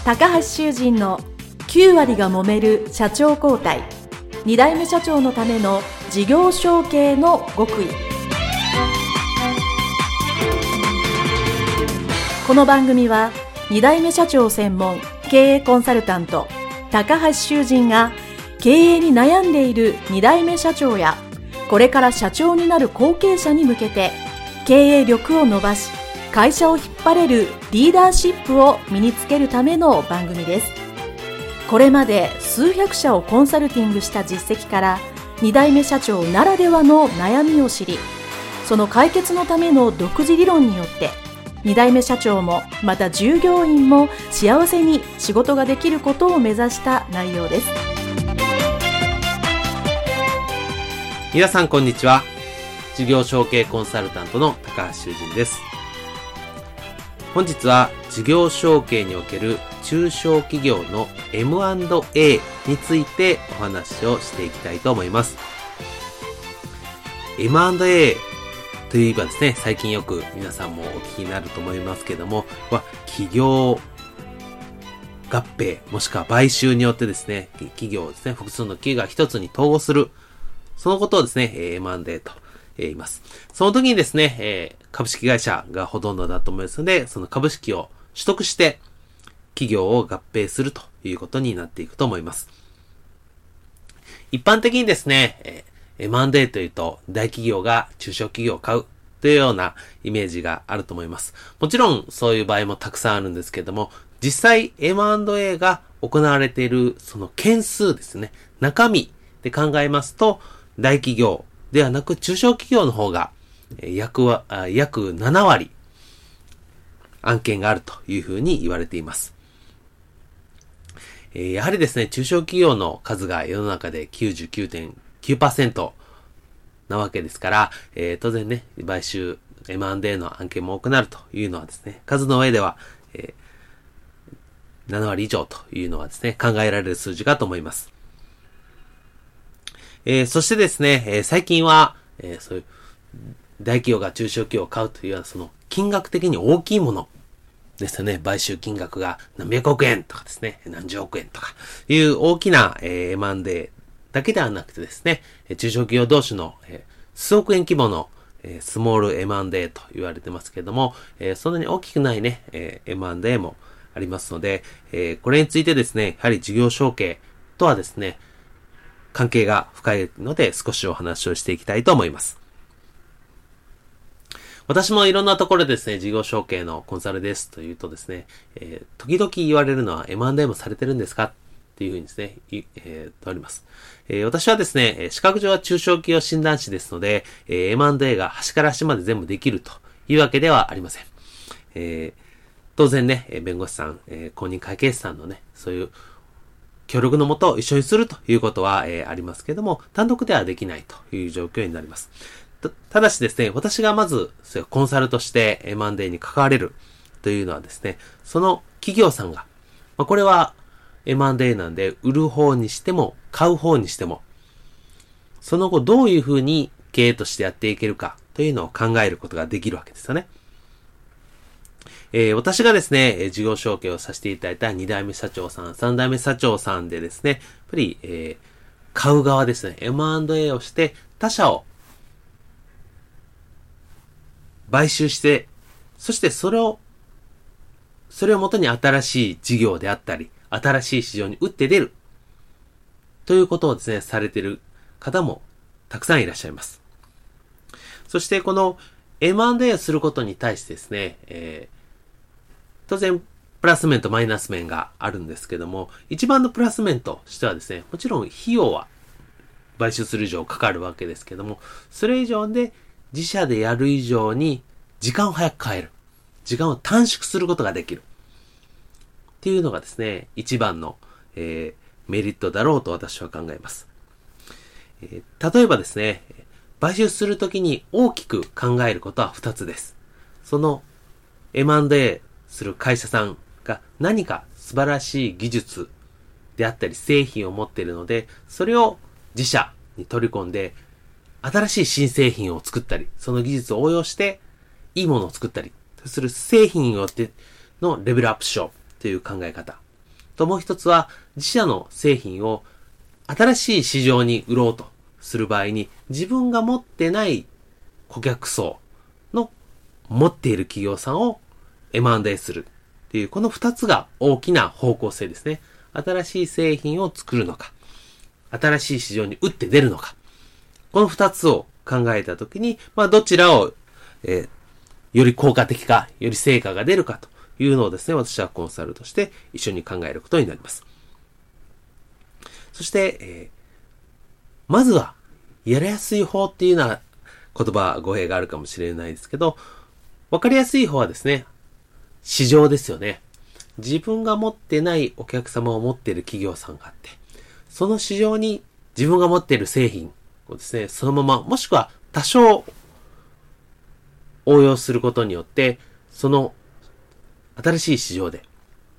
高橋修人の9割が揉める社長交代、2代目社長のための事業承継の極意。この番組は2代目社長専門経営コンサルタント高橋修人が経営に悩んでいる2代目社長やこれから社長になる後継者に向けて経営力を伸ばし会社を引っ張れるリーダーシップを身につけるための番組です。これまで数百社をコンサルティングした実績から2代目社長ならではの悩みを知り、その解決のための独自理論によって2代目社長もまた従業員も幸せに仕事ができることを目指した内容です。 皆さんこんにちは。事業承継コンサルタントの高橋修人です。本日は事業承継における中小企業の M&A についてお話をしていきたいと思います。M&A といえばですね、最近よく皆さんもお聞きになると思いますけども、企業合併もしくは買収によってですね、企業ですね、複数の企業が一つに統合する、そのことをですね、M&A と言います。その時にですね、株式会社がほとんどだと思いますので、その株式を取得して企業を合併するということになっていくと思います。一般的にですね、M&A というと大企業が中小企業を買うというようなイメージがあると思います。もちろんそういう場合もたくさんあるんですけれども、実際 M&A が行われているその件数ですね、中身で考えますと、大企業ではなく中小企業の方が約7割案件があるというふうに言われています。やはりですね、中小企業の数が世の中で 99.9% なわけですから、当然ね、買収 M&A の案件も多くなるというのはですね、数の上では、7割以上というのはですね、考えられる数字かと思います。そしてですね、最近は、そういう大企業が中小企業を買うというようなその金額的に大きいものですよね。買収金額が何百億円とかですね、何十億円とかいう大きな、M&A だけではなくてですね、中小企業同士の、数億円規模の、スモール M&A と言われてますけれども、そんなに大きくないね、M&A もありますので、これについてですね、やはり事業承継とはですね、関係が深いので少しお話をしていきたいと思います。私もいろんなところでですね、事業承継のコンサルですというとですね、時々言われるのは M&A もされてるんですかっていうふうにですね、おります。私はですね、資格上は中小企業診断士ですので、M&A が端から端まで全部できるというわけではありません。当然ね、弁護士さん、公認会計士さんのね、そういう協力のもと一緒にするということは、ありますけれども、単独ではできないという状況になります。ただしですね、私がまずコンサルとして M&A に関われるというのはですね、その企業さんが、これは M&A なんで売る方にしても買う方にしても、その後どういうふうに経営としてやっていけるかというのを考えることができるわけですよね。私がですね、事業承継をさせていただいた2代目社長さん、3代目社長さんでですね、やっぱり、買う側ですね、M&A をして他社を買収して、そしてそれをもとに新しい事業であったり、新しい市場に打って出るということをですね、されている方もたくさんいらっしゃいます。そしてこの M&A をすることに対してですね、当然プラス面とマイナス面があるんですけども、一番のプラス面としてはですね、もちろん費用は買収する以上かかるわけですけども、それ以上で自社でやる以上に時間を早く変える。時間を短縮することができる。っていうのがですね、一番の、メリットだろうと私は考えます。例えばですね、買収するときに大きく考えることは2つです。その M&A する会社さんが何か素晴らしい技術であったり製品を持っているので、それを自社に取り込んで新しい新製品を作ったり、その技術を応用していいものを作ったりする製品によってのレベルアップしようという考え方ともう一つは自社の製品を新しい市場に売ろうとする場合に自分が持ってない顧客層の持っている企業さんを M&A するっていうこの二つが大きな方向性ですね。新しい製品を作るのか、新しい市場に打って出るのか。この二つを考えたときに、どちらを、より効果的か、より成果が出るかというのをですね、私はコンサルとして一緒に考えることになります。そして、まずは、やりやすい方っていうのは言葉語弊があるかもしれないですけど、わかりやすい方はですね、市場ですよね。自分が持ってないお客様を持っている企業さんがあって、その市場に自分が持っている製品をですね、そのまま、もしくは多少応用することによって、その新しい市場で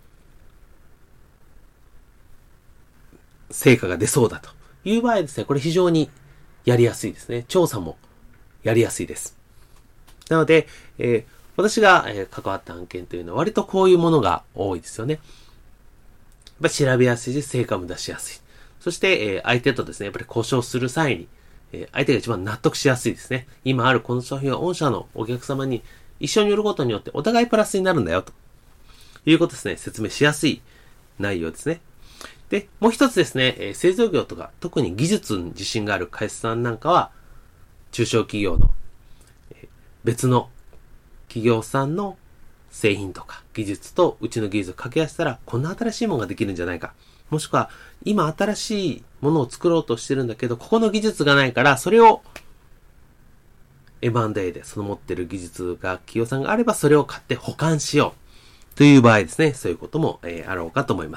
成果が出そうだという場合ですね、これ非常にやりやすいですね。調査もやりやすいです。なので、私が関わった案件というのは割とこういうものが多いですよね。調べやすいし、成果も出しやすい。そして、相手とですね、やっぱり交渉する際に、相手が一番納得しやすいですね。今あるこの商品は御社のお客様に一緒に売ることによってお互いプラスになるんだよ、ということですね。説明しやすい内容ですね。で、もう一つですね、製造業とか特に技術に自信がある会社さんなんかは、中小企業の別の企業さんの製品とか技術とうちの技術を掛け合わせたらこんな新しいものができるんじゃないか。もしくは今新しいものを作ろうとしてるんだけどここの技術がないからそれを M&A でその持ってる技術が企業さんがあればそれを買って保管しようという場合ですね。そういうこともあろうかと思います。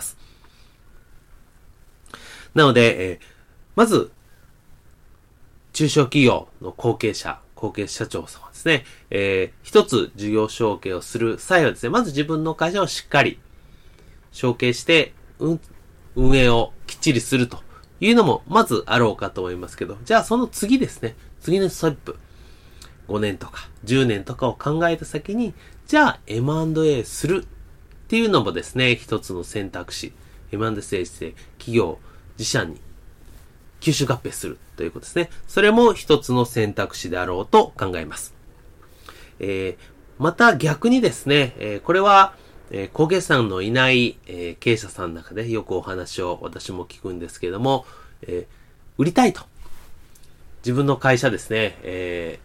なので、まず中小企業の後継者社長さんはですね、一つ事業承継をする際はですね、まず自分の会社をしっかり承継して、運営をきっちりするというのもまずあろうかと思いますけど、じゃあその次ですね、次のステップ、5年とか10年とかを考えた先に、じゃあ M&A するっていうのもですね、一つの選択肢、M&A して企業自社に吸収合併するということですね。それも一つの選択肢であろうと考えます。また逆にですね、これは、後継さんのいない、経営者さんの中でよくお話を私も聞くんですけれども、売りたいと。自分の会社ですね、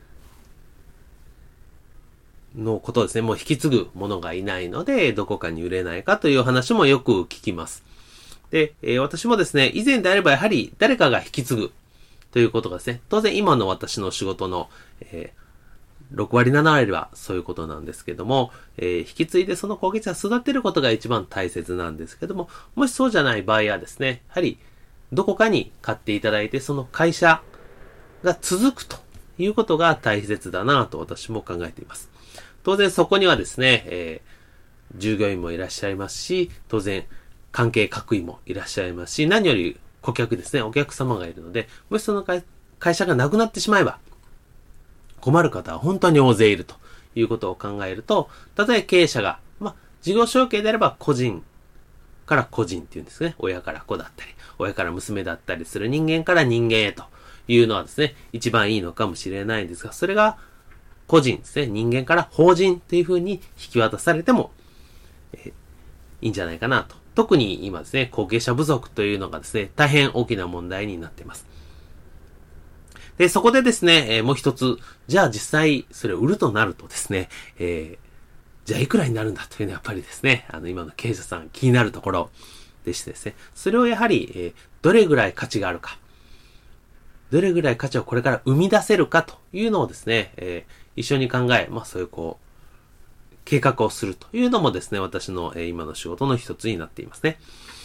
のことですね、もう引き継ぐ者がいないので、どこかに売れないかという話もよく聞きます。で、私もですね、以前であればやはり誰かが引き継ぐということがですね、当然今の私の仕事の、6割7割はそういうことなんですけども、引き継いでその後継者を育てることが一番大切なんですけども、もしそうじゃない場合はですね、やはりどこかに買っていただいてその会社が続くということが大切だなと私も考えています。当然そこにはですね、従業員もいらっしゃいますし、当然関係各位もいらっしゃいますし、何より顧客ですね、お客様がいるので、もしその会社がなくなってしまえば、困る方は本当に大勢いるということを考えると、たとえ経営者が、事業承継であれば個人から個人っていうんですね、親から子だったり、親から娘だったりする人間から人間へというのはですね、一番いいのかもしれないんですが、それが個人ですね、人間から法人というふうに引き渡されても、いいんじゃないかなと。特に今ですね、後継者不足というのがですね、大変大きな問題になっています。で、そこでですね、もう一つ、じゃあ実際それを売るとなるとですね、じゃあいくらになるんだというのはやっぱりですね、今の経営者さん気になるところでしてですね、それをやはり、どれぐらい価値があるか、どれぐらい価値をこれから生み出せるかというのをですね、一緒に考え、そういう計画をするというのもですね、私の今の仕事の一つになっていますね。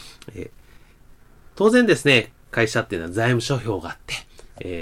当然ですね、会社っていうのは財務諸表があって、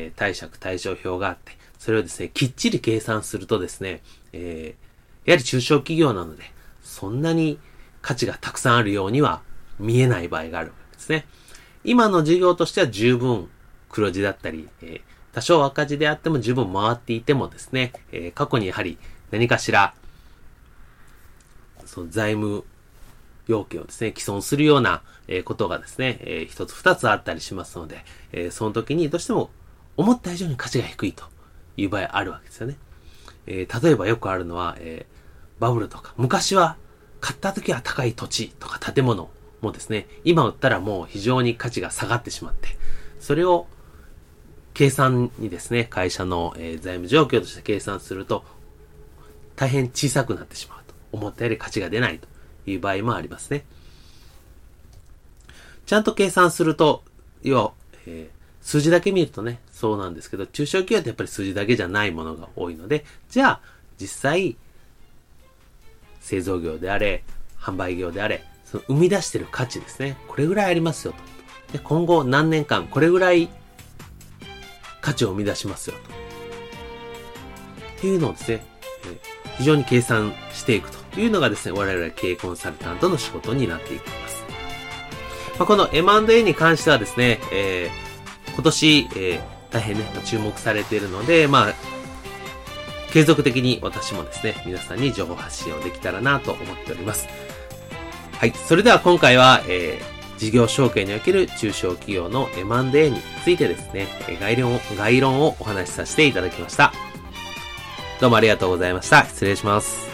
貸借対照表があって、それをですね、きっちり計算するとですね、やはり中小企業なので、そんなに価値がたくさんあるようには見えない場合があるわけですね。今の事業としては十分黒字だったり、多少赤字であっても十分回っていてもですね、過去にやはり何かしらその財務要件をですね、既存するようなことがですね、一つ二つあったりしますので、その時にどうしても思った以上に価値が低いという場合あるわけですよね。例えばよくあるのは、バブルとか、昔は買った時は高い土地とか建物もですね、今売ったらもう非常に価値が下がってしまって、それを計算にですね、会社の財務状況として計算すると、大変小さくなってしまうと。思ったより価値が出ないという場合もありますね。ちゃんと計算すると、要は、数字だけ見るとね、そうなんですけど、中小企業ってやっぱり数字だけじゃないものが多いので、じゃあ、実際、製造業であれ、販売業であれ、その生み出している価値ですね。これぐらいありますよと。で、今後何年間、これぐらい価値を生み出しますよと。っていうのをですね、非常に計算していくというのがですね、我々経営コンサルタントの仕事になっていきます。この M&A に関してはですね、今年、大変ね、注目されているので、継続的に私もですね、皆さんに情報発信をできたらなと思っております。はい。それでは今回は、事業承継における中小企業の M&A についてですね、概論をお話しさせていただきました。どうもありがとうございました。失礼します。